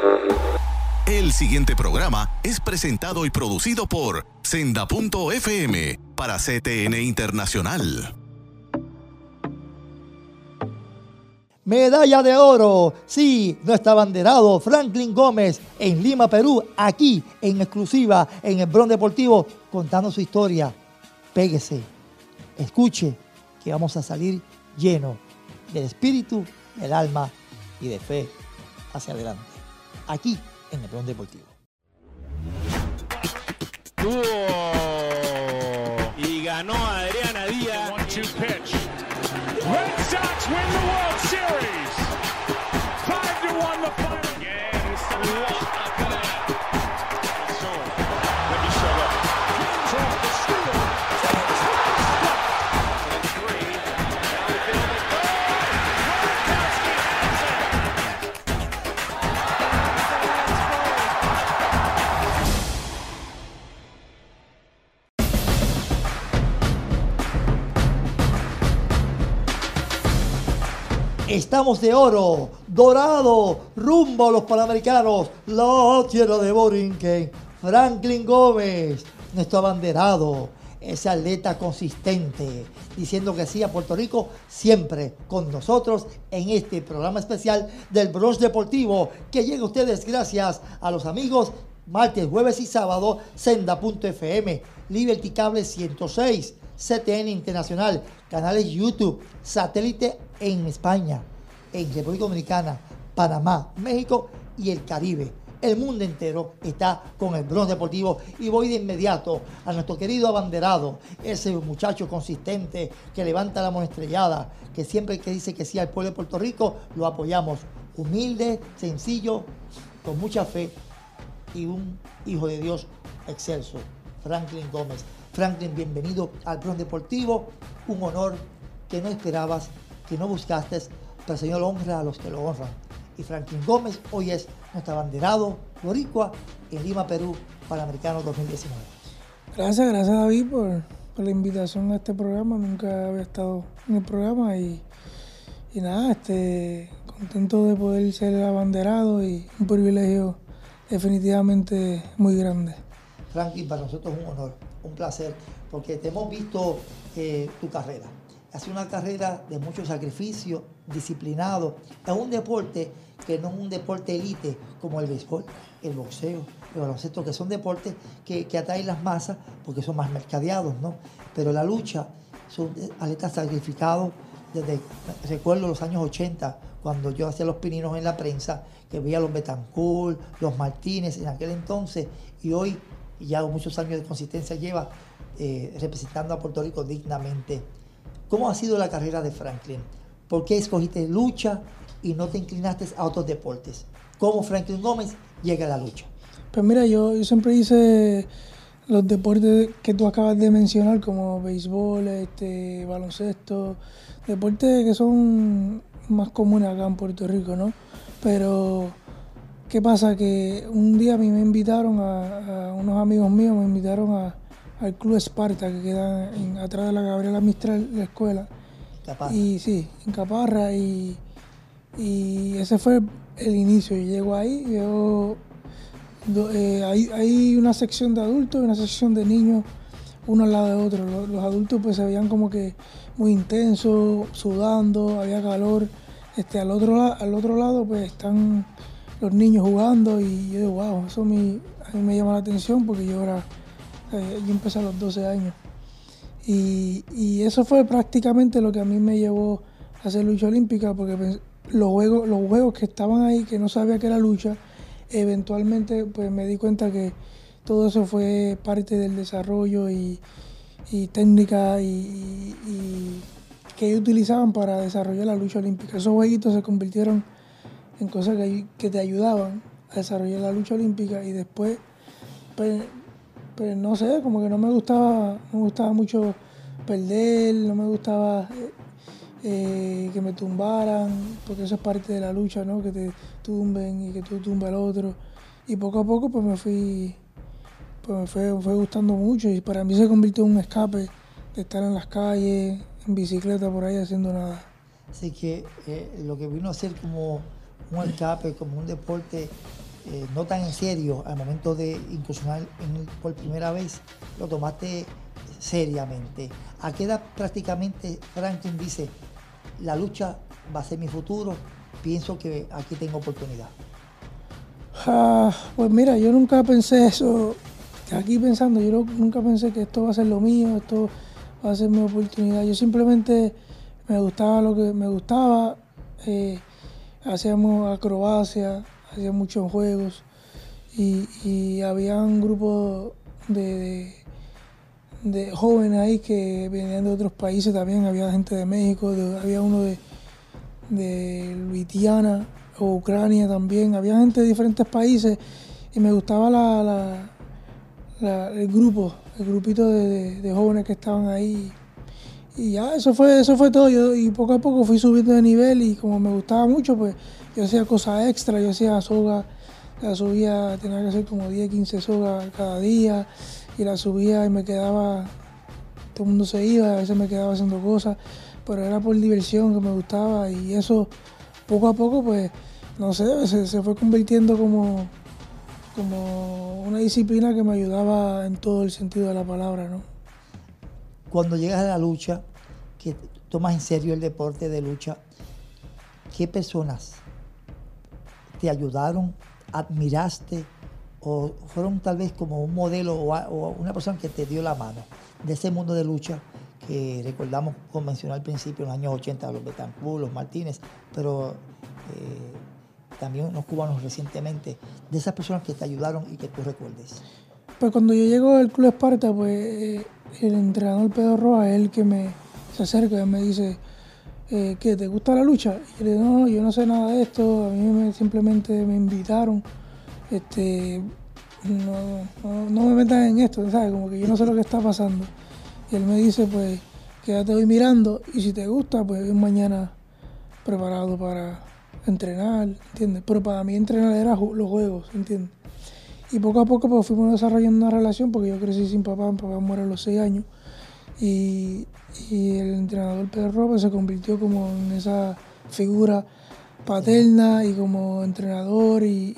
El siguiente programa es presentado y producido por Senda.fm para CTN Internacional. Medalla de oro, sí, nuestro abanderado Franklin Gómez en Lima, Perú, aquí en exclusiva en el Bron Deportivo, contando su historia. Péguese, escuche, que vamos a salir lleno del espíritu, del alma y de fe hacia adelante. Aquí en el Bron Deportivo. Y ganó Adriana Díaz. 1-2 pitch. Red Sox win the World Series. 5-1 the final game. Estamos de oro, dorado, rumbo a los Panamericanos, la tierra de Borinquen. Franklin Gómez, nuestro abanderado, ese atleta consistente, diciendo que sí a Puerto Rico, siempre con nosotros en este programa especial del Bron Deportivo, que llega a ustedes gracias a los amigos martes, jueves y sábado, Senda.fm, Liberty Cable 106, CTN Internacional, canales YouTube, satélite en España, en República Dominicana, Panamá, México y el Caribe. El mundo entero está con el Bron Deportivo y voy de inmediato a nuestro querido abanderado, ese muchacho consistente que levanta la mano estrellada, que siempre que dice que sí al pueblo de Puerto Rico, lo apoyamos. Humilde, sencillo, con mucha fe y un hijo de Dios excelso, Franklin Gómez. Franklin, bienvenido al Bron Deportivo, un honor que no esperabas, que no buscaste, pero el Señor honra a los que lo honran. Y Franklin Gómez hoy es nuestro abanderado boricua en Lima, Perú, Panamericano 2019. Gracias David por la invitación a este programa. Nunca había estado en el programa y nada, contento de poder ser el abanderado y un privilegio definitivamente muy grande. Franklin, para nosotros es un honor, un placer, porque te hemos visto tu carrera. Ha sido una carrera de mucho sacrificio, disciplinado. Es un deporte que no es un deporte élite como el béisbol, el boxeo, el baloncesto, que son deportes que atraen las masas porque son más mercadeados, ¿no? Pero la lucha, son atletas sacrificados desde, recuerdo los años 80, cuando yo hacía los pininos en la prensa, que veía a los Betancourt, los Martínez en aquel entonces, y hoy ya muchos años de consistencia lleva representando a Puerto Rico dignamente. ¿Cómo ha sido la carrera de Franklin? ¿Por qué escogiste lucha y no te inclinaste a otros deportes? ¿Cómo Franklin Gómez llega a la lucha? Pues mira, yo siempre hice los deportes que tú acabas de mencionar, como béisbol, baloncesto, deportes que son más comunes acá en Puerto Rico, ¿no? Pero, ¿qué pasa? Que un día a mí me invitaron a unos amigos míos, me invitaron al Club Esparta, que queda atrás de la Gabriela Mistral, la escuela. Caparra. Y sí, en Caparra, y ese fue el inicio. Yo llego ahí, hay una sección de adultos y una sección de niños, uno al lado de otro. Los adultos pues se veían como que muy intensos, sudando, había calor. Al otro lado pues están los niños jugando, y yo digo, wow, eso a mí me llama la atención, porque yo empecé a los 12 años. Y eso fue prácticamente lo que a mí me llevó a hacer lucha olímpica, porque los juegos que estaban ahí, que no sabía que era lucha, eventualmente pues me di cuenta que todo eso fue parte del desarrollo y técnica y que ellos utilizaban para desarrollar la lucha olímpica. Esos jueguitos se convirtieron en cosas que te ayudaban a desarrollar la lucha olímpica, y después pues no sé, como que no me gustaba mucho perder, no me gustaba que me tumbaran, porque eso es parte de la lucha, ¿no? Que te tumben y que tú tumbes al otro. Y poco a poco pues me fue gustando mucho, y para mí se convirtió en un escape de estar en las calles, en bicicleta por ahí haciendo nada. Así que lo que vino a ser como un escape, como un deporte no tan en serio al momento de incursionar por primera vez, lo tomaste seriamente. ¿A qué edad prácticamente Franklin dice, la lucha va a ser mi futuro, pienso que aquí tengo oportunidad? Pues mira, yo nunca pensé eso. Aquí pensando, yo nunca pensé que esto va a ser lo mío, esto va a ser mi oportunidad. Yo simplemente me gustaba lo que me gustaba. Hacíamos acrobacia, hacíamos muchos juegos y había un grupo de jóvenes ahí que venían de otros países también. Había gente de México, había uno de Luisiana o Ucrania también. Había gente de diferentes países y me gustaba el grupito de jóvenes que estaban ahí. Y ya, eso fue todo. Y poco a poco fui subiendo de nivel y como me gustaba mucho, pues yo hacía cosas extra, yo hacía soga, la subía, tenía que hacer como 10, 15 sogas cada día y la subía y me quedaba, todo el mundo se iba, a veces me quedaba haciendo cosas, pero era por diversión que me gustaba y eso poco a poco, pues, no sé, se fue convirtiendo como una disciplina que me ayudaba en todo el sentido de la palabra, ¿no? Cuando llegas a la lucha, que tomas en serio el deporte de lucha, ¿qué personas te ayudaron, admiraste o fueron tal vez como un modelo o una persona que te dio la mano de ese mundo de lucha que recordamos, como mencioné al principio, en los años 80, los Betancourt, los Martínez, pero también los cubanos recientemente, de esas personas que te ayudaron y que tú recuerdes? Pues cuando yo llego al Club Esparta, pues el entrenador Pedro Rojas es el que se acerca y me dice, ¿qué, te gusta la lucha? Y yo le digo, no, yo no sé nada de esto, a mí simplemente me invitaron, no me metan en esto, ¿sabes? Como que yo no sé lo que está pasando. Y él me dice, pues, quédate hoy mirando y si te gusta, pues ven mañana preparado para entrenar, ¿entiendes? Pero para mí entrenar era los juegos, ¿entiendes? Y poco a poco pues fuimos desarrollando una relación porque yo crecí sin papá, mi papá muere a los 6 años y el entrenador Pedro Rojas se convirtió como en esa figura paterna y como entrenador y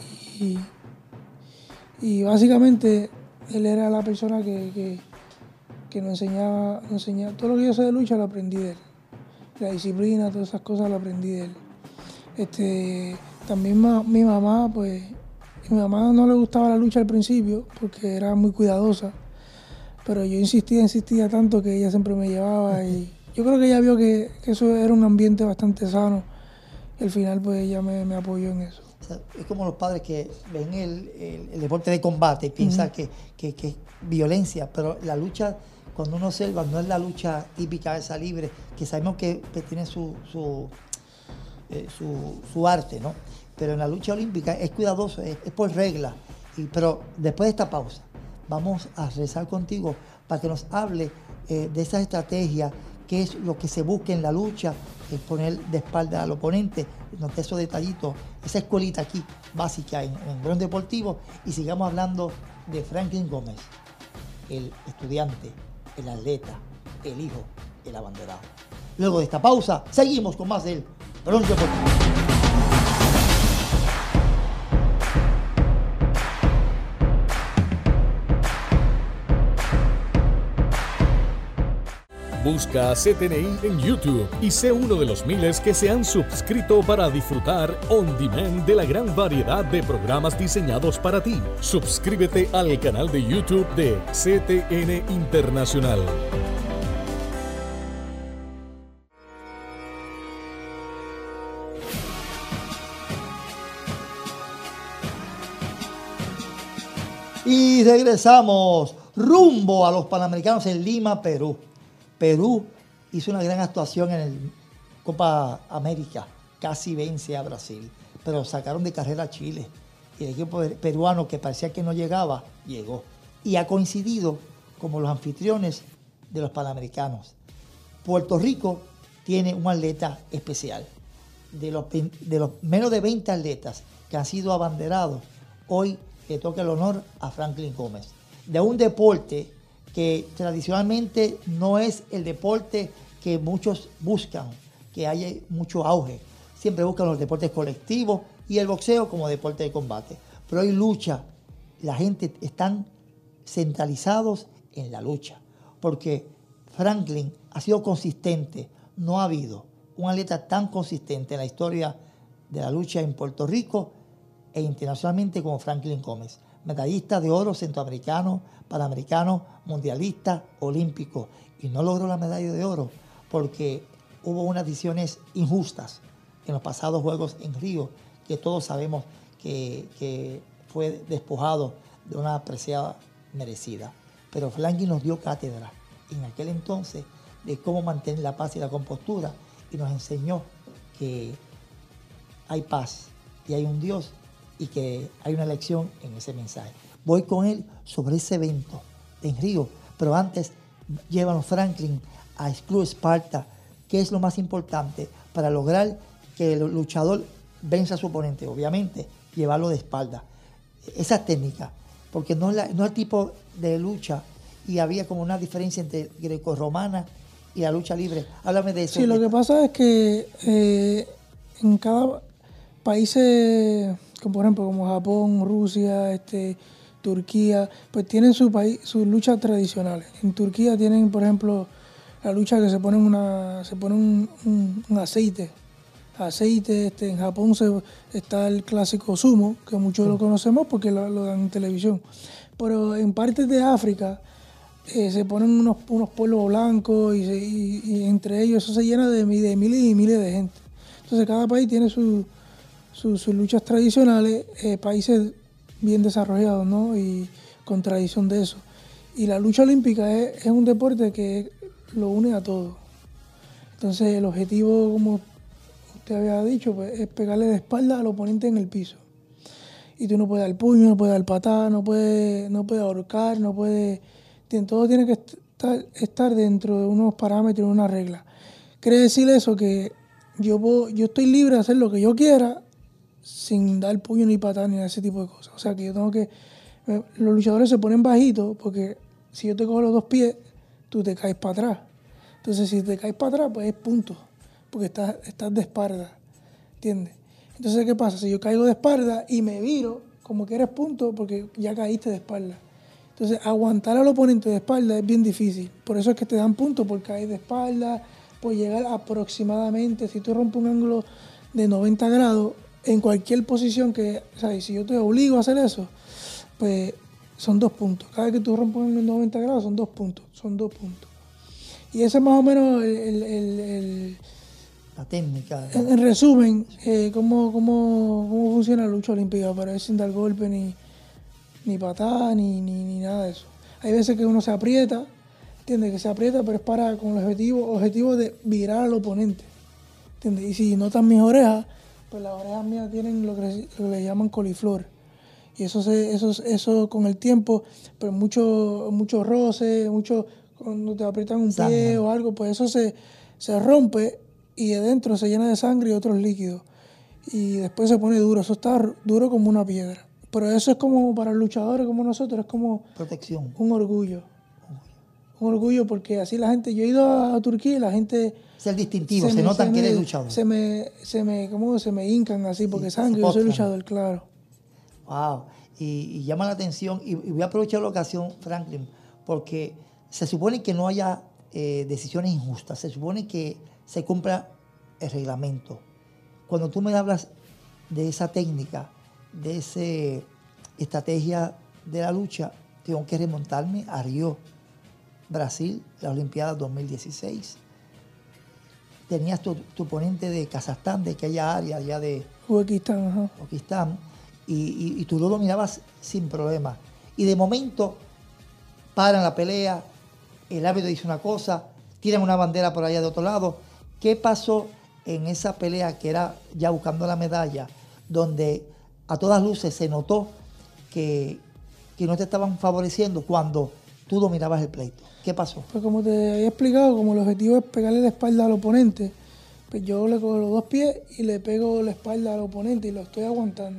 básicamente él era la persona que nos enseñaba, todo lo que yo sé de lucha lo aprendí de él, la disciplina, todas esas cosas lo aprendí de él. También mi mamá, pues, a mi mamá no le gustaba la lucha al principio porque era muy cuidadosa, pero yo insistía tanto que ella siempre me llevaba y yo creo que ella vio que eso era un ambiente bastante sano y al final pues ella me apoyó en eso. O sea, es como los padres que ven el deporte de combate y piensan que es violencia, pero la lucha, cuando uno observa, no es la lucha típica de esa libre, que sabemos que tiene su arte, ¿no? Pero en la lucha olímpica es cuidadoso, es por regla. Pero después de esta pausa, vamos a rezar contigo para que nos hable de esa estrategia, qué es lo que se busca en la lucha, es poner de espalda al oponente, nos dé esos detallitos, esa escuelita aquí básica en Bron Deportivo, y sigamos hablando de Franklin Gómez, el estudiante, el atleta, el hijo, el abanderado. Luego de esta pausa, seguimos con más del Bron Deportivo. Busca a CTNI en YouTube y sé uno de los miles que se han suscrito para disfrutar on demand de la gran variedad de programas diseñados para ti. Suscríbete al canal de YouTube de CTN Internacional. Y regresamos rumbo a los Panamericanos en Lima, Perú. Perú hizo una gran actuación en el Copa América, casi vence a Brasil, pero sacaron de carrera a Chile. Y el equipo peruano, que parecía que no llegaba, llegó. Y ha coincidido como los anfitriones de los Panamericanos. Puerto Rico tiene un atleta especial. De los menos de 20 atletas que han sido abanderados, hoy le toca el honor a Franklin Gómez. De un deporte que tradicionalmente no es el deporte que muchos buscan, que haya mucho auge. Siempre buscan los deportes colectivos y el boxeo como deporte de combate. Pero hay lucha. La gente están centralizados en la lucha. Porque Franklin ha sido consistente. No ha habido un atleta tan consistente en la historia de la lucha en Puerto Rico e internacionalmente como Franklin Gómez. Medallista de oro centroamericano, panamericano, mundialista, olímpico. Y no logró la medalla de oro porque hubo unas decisiones injustas en los pasados Juegos en Río, que todos sabemos que fue despojado de una preciada merecida. Pero Franklin nos dio cátedra en aquel entonces de cómo mantener la paz y la compostura y nos enseñó que hay paz y hay un Dios y que hay una lección en ese mensaje. Voy con él sobre ese evento en Río, pero antes llevan Franklin a Club Esparta, que es lo más importante para lograr que el luchador venza a su oponente, obviamente, llevarlo de espalda. Esa técnica, porque no es el tipo de lucha y había como una diferencia entre grecorromana y la lucha libre. Háblame de eso. Sí, lo que pasa es que en cada país, como por ejemplo como Japón, Rusia, Turquía, pues tienen sus luchas tradicionales. En Turquía tienen, por ejemplo, la lucha que se pone un aceite. En Japón está el clásico sumo, que muchos lo conocemos porque lo dan en televisión. Pero en partes de África se ponen unos polvos blancos y entre ellos eso se llena de miles y miles de gente. Entonces cada país tiene sus luchas tradicionales, países bien desarrollados, ¿no? Y con tradición de eso. Y la lucha olímpica es un deporte que lo une a todos. Entonces el objetivo, como usted había dicho, pues, es pegarle de espalda al oponente en el piso. Y tú no puedes dar puño, no puedes dar patada, no puedes ahorcar, todo tiene que estar dentro de unos parámetros, una regla. Quiere decir eso que yo estoy libre de hacer lo que yo quiera sin dar puño ni patada ni ese tipo de cosas. O sea que los luchadores se ponen bajitos porque si yo te cojo los dos pies, tú te caes para atrás. Entonces si te caes para atrás, pues es punto, porque estás de espalda, ¿entiendes? Entonces, ¿qué pasa? Si yo caigo de espalda y me viro, como que eres punto, porque ya caíste de espalda. Entonces, aguantar al oponente de espalda es bien difícil. Por eso es que te dan puntos por caer de espalda, por llegar aproximadamente, si tú rompes un ángulo de 90 grados, en cualquier posición si yo te obligo a hacer eso, pues son 2 puntos. Cada vez que tú rompes un ángulo de 90 grados son 2 puntos. Y ese es más o menos la técnica. En resumen, cómo funciona la lucha olímpica, para ver sin dar golpe ni patada ni nada de eso. Hay veces que uno se aprieta, ¿entiendes? Que se aprieta, pero es con el objetivo de virar al oponente, ¿entiendes? Y si notas mis orejas, pues las orejas mías tienen lo que le llaman coliflor. Y eso con el tiempo, pues mucho roce, cuando te aprietan un pie o algo, pues eso se rompe y de dentro se llena de sangre y otros líquidos. Y después se pone duro, eso está duro como una piedra. Pero eso es como para los luchadores como nosotros, es como protección. Un orgullo. Un orgullo porque así la gente, yo he ido a Turquía y la gente... Es el distintivo, se notan que eres luchador. Se me hincan así porque saben que yo soy luchador, claro. Wow, y llama la atención, y voy a aprovechar la ocasión, Franklin, porque se supone que no haya decisiones injustas, se supone que se cumpla el reglamento. Cuando tú me hablas de esa técnica, de esa estrategia de la lucha, tengo que remontarme a Río, Brasil, la Olimpiada 2016. Tenías tu oponente de Kazajstán, de aquella área allá de Uzbekistán, y tú lo dominabas sin problema. Y de momento paran la pelea, el árbitro dice una cosa, tiran una bandera por allá de otro lado. ¿Qué pasó en esa pelea que era ya buscando la medalla, donde a todas luces se notó que no te estaban favoreciendo cuando tú dominabas el pleito? ¿Qué pasó? Pues como te había explicado, como el objetivo es pegarle la espalda al oponente, pues yo le cojo los dos pies y le pego la espalda al oponente y lo estoy aguantando.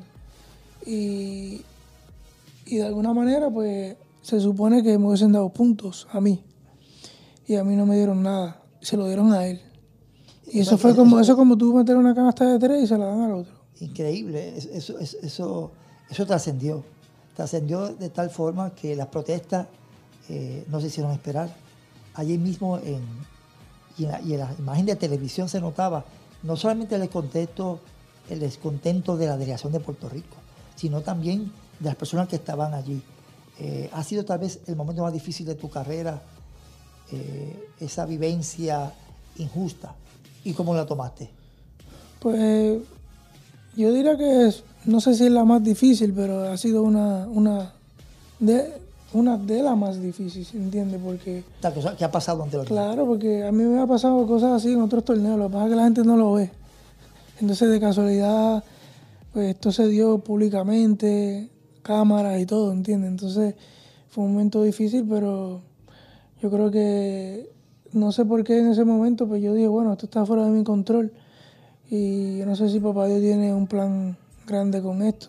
Y de alguna manera, pues se supone que me hubiesen dado puntos a mí. Y a mí no me dieron nada, se lo dieron a él. Y eso fue como tú meter una canasta de 3 y se la dan al otro. Increíble, eso Eso trascendió de tal forma que las protestas no se hicieron esperar. Allí mismo y en la imagen de televisión se notaba no solamente el descontento de la delegación de Puerto Rico, sino también de las personas que estaban allí. Ha sido tal vez el momento más difícil de tu carrera, esa vivencia injusta. ¿Y cómo la tomaste? Pues yo diría que no sé si es la más difícil, pero ha sido una de las más difíciles, ¿entiendes? Porque Esta cosa que ha pasado ante los claro, porque a mí me ha pasado cosas así en otros torneos, lo que pasa es que la gente no lo ve. Entonces de casualidad, pues esto se dio públicamente, cámaras y todo, ¿entiendes? Entonces fue un momento difícil, pero yo creo que no sé por qué en ese momento, pues yo dije, bueno, esto está fuera de mi control y yo no sé si papá Dios tiene un plan grande con esto.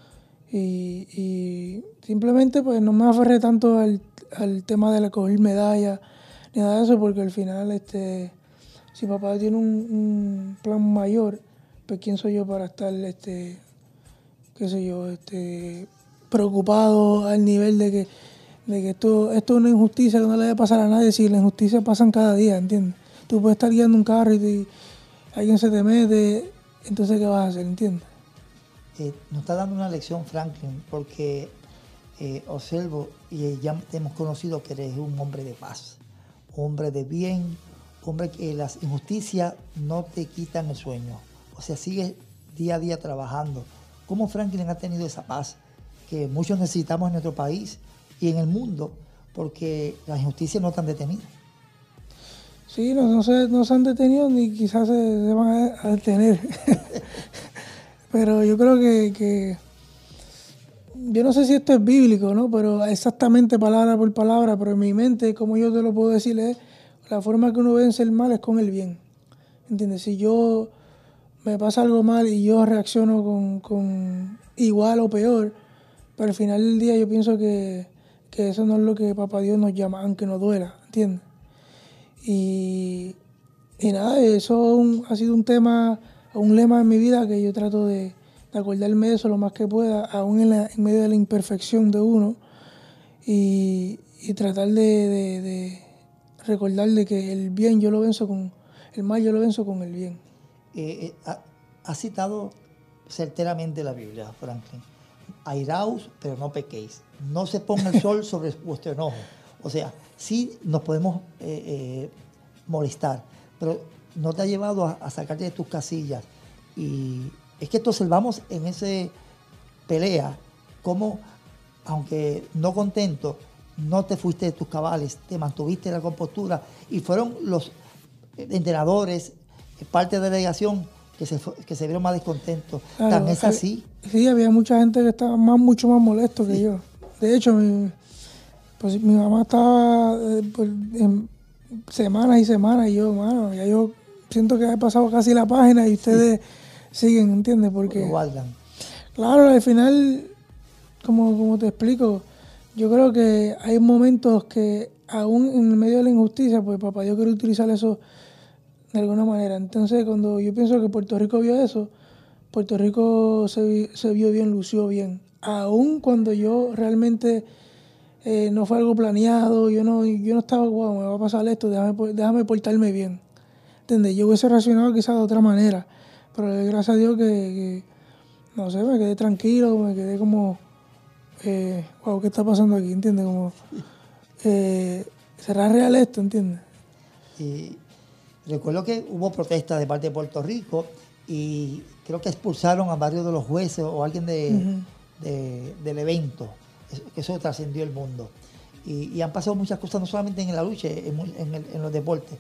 Y simplemente pues no me aferré tanto al tema de coger medallas ni nada de eso, porque al final si papá tiene un plan mayor, pues quién soy yo para estar qué sé yo, preocupado al nivel de que esto es una injusticia que no le debe pasar a nadie. Si la injusticia pasan cada día, ¿entiendes? Tú puedes estar guiando un carro y alguien se te mete, entonces ¿qué vas a hacer? ¿Entiendes? Nos está dando una lección Franklin, porque observo y ya te hemos conocido que eres un hombre de paz, hombre de bien, hombre que las injusticias no te quitan el sueño. O sea, sigues día a día trabajando. ¿Cómo Franklin ha tenido esa paz que muchos necesitamos en nuestro país y en el mundo? Porque las injusticias no están detenidas. Sí, no se han detenido ni quizás se van a detener. Pero yo creo que yo no sé si esto es bíblico, ¿no? Pero exactamente palabra por palabra, pero en mi mente, como yo te lo puedo decir, es la forma que uno vence el mal es con el bien. ¿Entiendes? Si yo me pasa algo mal y yo reacciono con igual o peor, pero al final del día yo pienso que eso no es lo que Papá Dios nos llama, aunque nos duela, ¿entiendes? Y nada, eso ha sido un tema, un lema en mi vida que yo trato de acordarme de eso lo más que pueda, aún en medio de la imperfección de uno, y tratar de recordar de que el bien yo lo venzo con el mal, yo lo venzo con el bien. Ha citado certeramente la Biblia, Franklin. Airaos, pero no pequéis. No se ponga el sol sobre vuestro enojo. O sea, sí nos podemos molestar, pero no te ha llevado a sacarte de tus casillas. Y es que observamos en esa pelea cómo, aunque no contento, no te fuiste de tus cabales, te mantuviste en la compostura y fueron los entrenadores, parte de la delegación, que se vieron más descontentos. Claro, ¿Tan es así? Sí, había mucha gente que estaba mucho más molesto que yo. De hecho, mi mamá estaba en semanas y semanas y yo, mano, ya yo siento que he pasado casi la página y ustedes siguen, ¿entiendes? Porque lo guardan. Claro, al final, como te explico, yo creo que hay momentos que aún en medio de la injusticia, pues papá Dios quiere utilizar eso de alguna manera. Entonces, cuando yo pienso que Puerto Rico vio eso, Puerto Rico se vio bien, lució bien. Aún cuando yo realmente no fue algo planeado, yo no estaba, wow, me va a pasar esto, déjame portarme bien. ¿Entiendes? Yo hubiese reaccionado quizás de otra manera, pero gracias a Dios que no sé, me quedé tranquilo, me quedé como, wow, ¿qué está pasando aquí? ¿Entiendes? Como, ¿será real esto? ¿Entiendes? Y recuerdo que hubo protestas de parte de Puerto Rico y creo que expulsaron a varios de los jueces o alguien del evento. Eso trascendió el mundo. Y han pasado muchas cosas, no solamente en la lucha, en los deportes,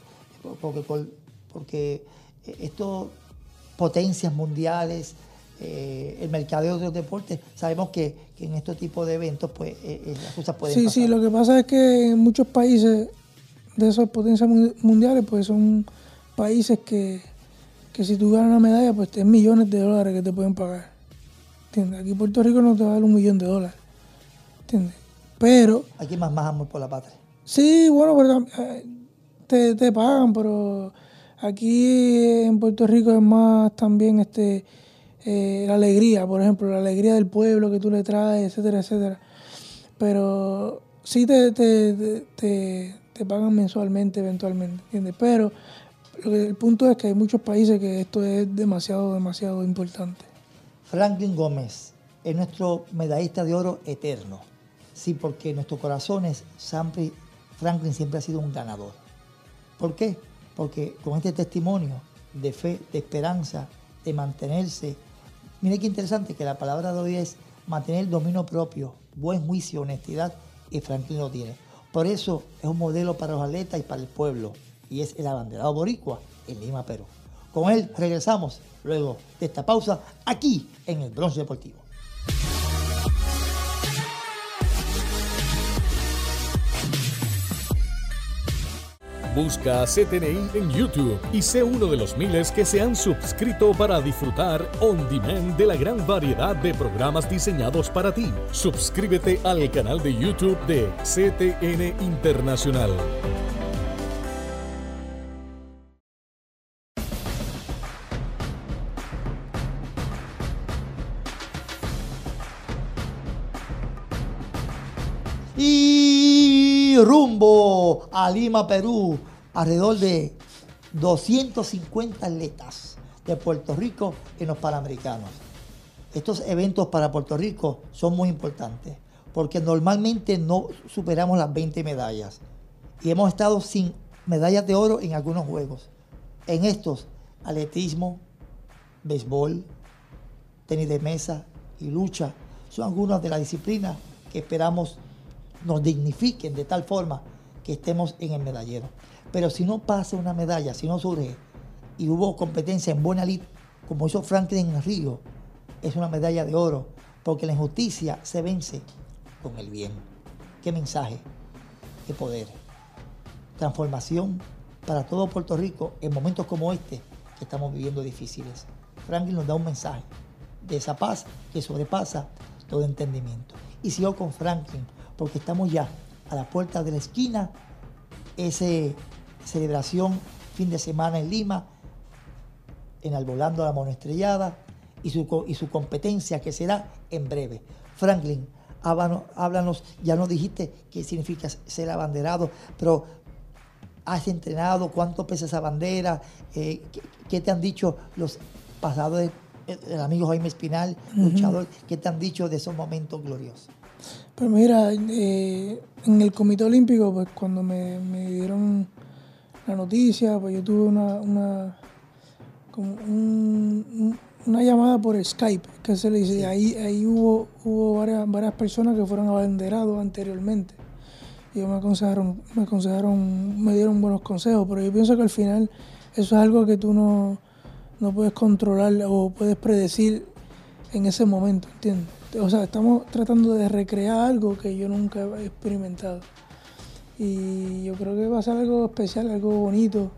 porque esto, potencias mundiales, el mercadeo de los deportes, sabemos que en estos tipos de eventos pues las cosas pueden pasar. Sí, lo que pasa es que en muchos países de esas potencias mundiales pues son países que si tú ganas una medalla pues es millones de dólares que te pueden pagar. ¿Entiendes? Aquí Puerto Rico no te va a dar $1 millón. ¿Entiendes? Pero aquí más amor por la patria. Sí, bueno, pero te pagan, pero aquí en Puerto Rico es más también la alegría, por ejemplo, la alegría del pueblo que tú le traes, etcétera, etcétera. Pero sí te pagan mensualmente, eventualmente, ¿entiendes? Pero el punto es que hay muchos países que esto es demasiado, demasiado importante. Franklin Gómez es nuestro medallista de oro eterno. Sí, porque en nuestros corazones Franklin siempre ha sido un ganador. ¿Por qué? Porque con este testimonio de fe, de esperanza, de mantenerse. Mire qué interesante que la palabra de hoy es mantener el dominio propio, buen juicio, honestidad, y Franklin lo tiene. Por eso es un modelo para los atletas y para el pueblo, y es el abanderado boricua en Lima, Perú. Con él regresamos luego de esta pausa aquí en el Bronce Deportivo. Busca CTNI en YouTube y sé uno de los miles que se han suscrito para disfrutar on demand de la gran variedad de programas diseñados para ti. Suscríbete al canal de YouTube de CTN Internacional. Y rumbo a Lima, Perú, alrededor de 250 atletas de Puerto Rico en los Panamericanos. Estos eventos para Puerto Rico son muy importantes porque normalmente no superamos las 20 medallas y hemos estado sin medallas de oro en algunos juegos. En estos, atletismo, béisbol, tenis de mesa y lucha son algunas de las disciplinas que esperamos nos dignifiquen de tal forma que estemos en el medallero. Pero si no pasa una medalla, si no surge y hubo competencia en buena lid, como hizo Franklin en Río, es una medalla de oro, porque la injusticia se vence con el bien. ¿Qué mensaje? ¿Qué poder? Transformación para todo Puerto Rico en momentos como este que estamos viviendo difíciles. Franklin nos da un mensaje de esa paz que sobrepasa todo entendimiento. Y sigo con Franklin, porque estamos ya a la puerta de la esquina, esa celebración fin de semana en Lima, enarbolando la mano estrellada y su competencia que será en breve. Franklin, háblanos, ya nos dijiste qué significa ser abanderado, pero ¿has entrenado? ¿Cuánto pesa esa bandera? ¿Qué te han dicho los pasados, el amigo Jaime Espinal, luchador, qué te han dicho de esos momentos gloriosos? Pues mira, en el Comité Olímpico, pues cuando me dieron la noticia, pues yo tuve una llamada por Skype, que se le dice, sí. Ahí hubo varias personas que fueron abanderados anteriormente. Y ellos me dieron buenos consejos, pero yo pienso que al final eso es algo que tú no puedes controlar o puedes predecir en ese momento, ¿entiendes? O sea, estamos tratando de recrear algo que yo nunca he experimentado. Y yo creo que va a ser algo especial, algo bonito.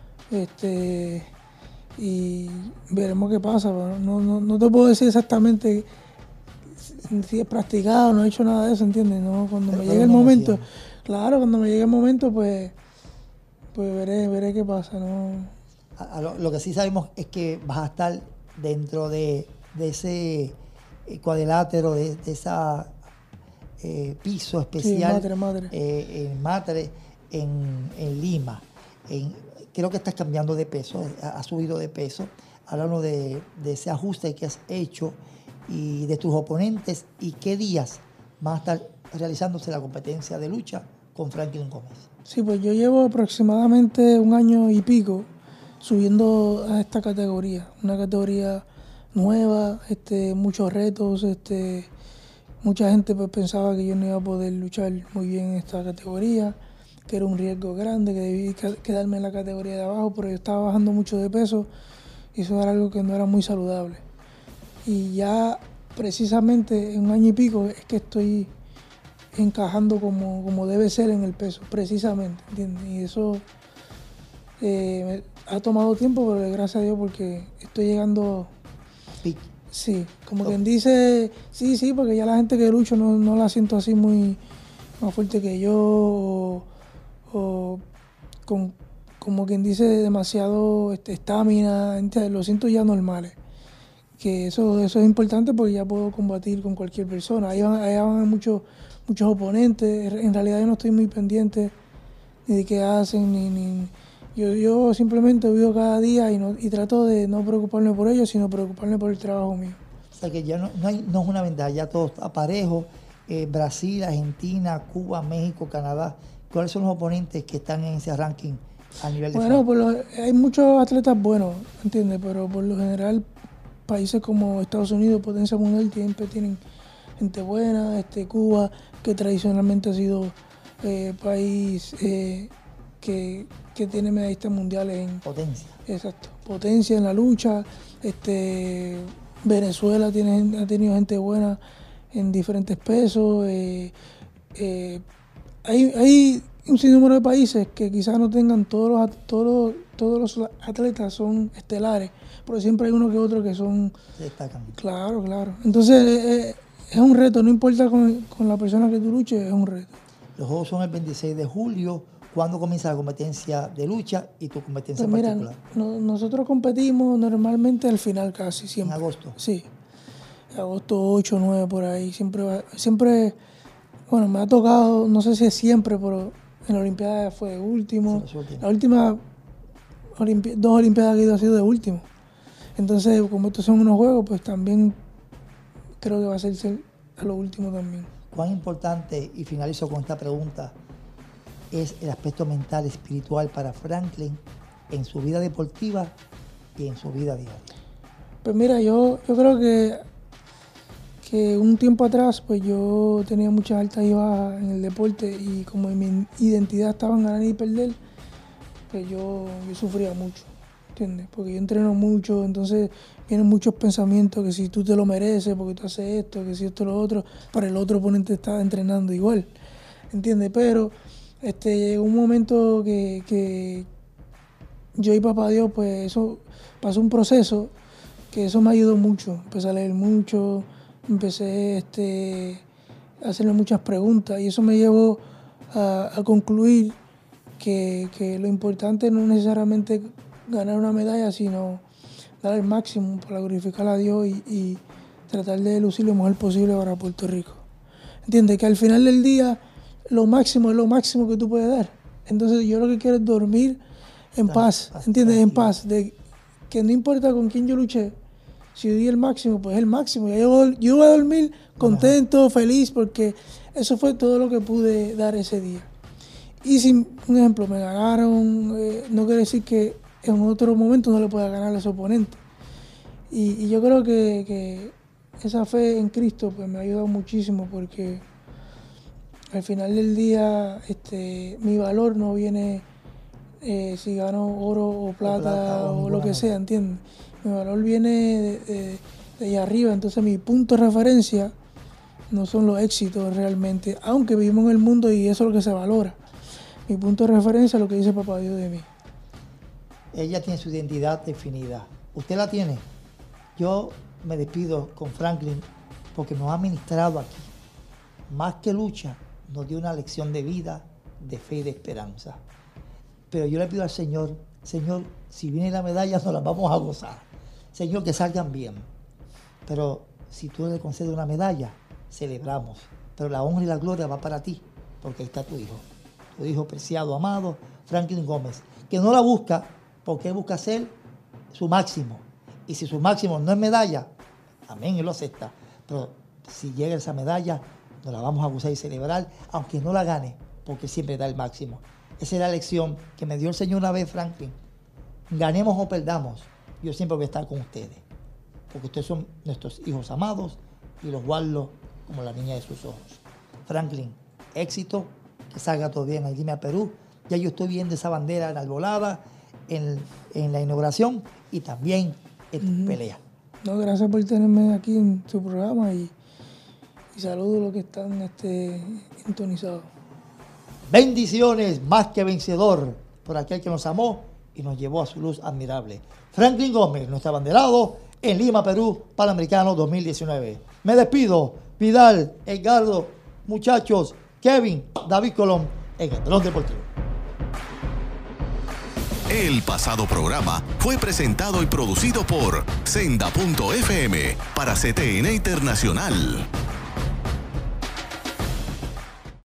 Y veremos qué pasa. No te puedo decir exactamente si he practicado, no he hecho nada de eso, ¿entiendes? No, cuando me llegue el momento, claro, cuando me llegue el momento, pues veré qué pasa, ¿no? Lo que sí sabemos es que vas a estar dentro de ese cuadrilátero, de esa piso especial, sí, Matre en Lima. Creo que estás cambiando de peso, has subido de peso. Háblanos de ese ajuste que has hecho y de tus oponentes y qué días va a estar realizándose la competencia de lucha con Franklin Gómez. Sí, pues yo llevo aproximadamente 1 año y pico subiendo a esta categoría, una categoría nueva, muchos retos, mucha gente pues pensaba que yo no iba a poder luchar muy bien en esta categoría, que era un riesgo grande, que debí quedarme en la categoría de abajo, pero yo estaba bajando mucho de peso y eso era algo que no era muy saludable. Y ya precisamente en 1 año y pico es que estoy encajando como debe ser en el peso, precisamente, ¿entiendes? Y eso me ha tomado tiempo, pero gracias a Dios porque estoy llegando. Sí, como quien dice, sí, porque ya la gente que lucho no la siento así muy más fuerte que yo o como quien dice demasiado estamina, lo siento ya normales. que eso es importante porque ya puedo combatir con cualquier persona. Allá van muchos oponentes. En realidad yo no estoy muy pendiente ni de qué hacen, yo simplemente vivo cada día y trato de no preocuparme por ellos, sino preocuparme por el trabajo mío. O sea que ya no es una ventaja, ya todo está parejo. Brasil, Argentina, Cuba, México, Canadá. ¿Cuáles son los oponentes que están en ese ranking a nivel de Bueno, hay muchos atletas buenos, ¿entiendes? Pero por lo general países como Estados Unidos, potencia mundial, siempre tienen gente buena. Cuba, que tradicionalmente ha sido país que tiene medallistas mundiales en potencia. Exacto, potencia en la lucha. Venezuela ha tenido gente buena en diferentes pesos. Hay un sinnúmero de países que quizás no tengan todos los atletas son estelares, pero siempre hay uno que otro que son... Se destacan. Claro. Entonces es un reto, no importa con la persona que tú luches, es un reto. Los juegos son el 26 de julio. ¿Cuándo comienza la competencia de lucha y tu competencia Pues particular? Nosotros competimos normalmente al final casi siempre. ¿En agosto? Sí, agosto 8, 9 por ahí. Siempre, bueno, me ha tocado, no sé si es siempre, pero en la Olimpiada fue de último. Sí, la última 2 Olimpiadas que he ido ha sido de último. Entonces, como estos son unos juegos, pues también creo que va a ser a lo último también. ¿Cuán importante, y finalizo con esta pregunta, es el aspecto mental, espiritual para Franklin en su vida deportiva y en su vida diaria? Pues mira, yo creo que un tiempo atrás pues yo tenía muchas altas y bajas en el deporte y como mi identidad estaba en ganar y perder, pues yo sufría mucho, ¿entiendes? Porque yo entreno mucho, entonces vienen muchos pensamientos que si tú te lo mereces, porque tú haces esto, que si esto lo otro, para el otro oponente está entrenando igual, ¿entiendes? Pero llegó un momento que yo y papá Dios, pues eso pasó un proceso que eso me ayudó mucho. Empecé a leer mucho, empecé a hacerme muchas preguntas y eso me llevó a concluir que lo importante no es necesariamente ganar una medalla, sino dar el máximo para glorificar a Dios y tratar de lucir lo mejor posible para Puerto Rico. ¿Entiendes? Que al final del día lo máximo es lo máximo que tú puedes dar. Entonces yo lo que quiero es dormir en paz, ¿entiendes? En paz, de que no importa con quién yo luché, si yo di el máximo, pues es el máximo. Ya yo voy a dormir contento, feliz, porque eso fue todo lo que pude dar ese día. Y si, un ejemplo, me ganaron, no quiere decir que en otro momento no le pueda ganar a ese oponente. Y yo creo que esa fe en Cristo pues me ha ayudado muchísimo, porque al final del día mi valor no viene si gano oro o plata o lo que sea, ¿entiendes? Mi valor viene de allá arriba, entonces mi punto de referencia no son los éxitos realmente, aunque vivimos en el mundo y eso es lo que se valora. Mi punto de referencia es lo que dice papá Dios de mí. Ella tiene su identidad definida. ¿Usted la tiene? Yo me despido con Franklin porque nos ha ministrado aquí. Más que lucha, nos dio una lección de vida, de fe y de esperanza. Pero yo le pido al Señor, Señor, si viene la medalla nos la vamos a gozar. Señor, que salgan bien. Pero si tú le concedes una medalla, celebramos. Pero la honra y la gloria va para ti, porque ahí está tu hijo preciado, amado, Franklin Gómez, que no la busca porque él busca ser su máximo. Y si su máximo no es medalla, amén, él lo acepta. Pero si llega esa medalla, nos la vamos a gozar y celebrar, aunque no la gane, porque siempre da el máximo. Esa es la lección que me dio el Señor una vez, Franklin. Ganemos o perdamos, yo siempre voy a estar con ustedes, porque ustedes son nuestros hijos amados y los guardo como la niña de sus ojos. Franklin, éxito, que salga todo bien. Dime a Perú. Ya yo estoy viendo esa bandera enarbolada en la inauguración y también en tu pelea. No, gracias por tenerme aquí en tu programa y saludo a los que están sintonizados. Bendiciones, más que vencedor, por aquel que nos amó y nos llevó a su luz admirable. Franklin Gómez, nuestro abanderado en Lima, Perú, Panamericano 2019. Me despido. Vidal, Edgardo, muchachos, Kevin, David Colón, en el Dron Deportivo. El pasado programa fue presentado y producido por Senda.fm para CTN Internacional.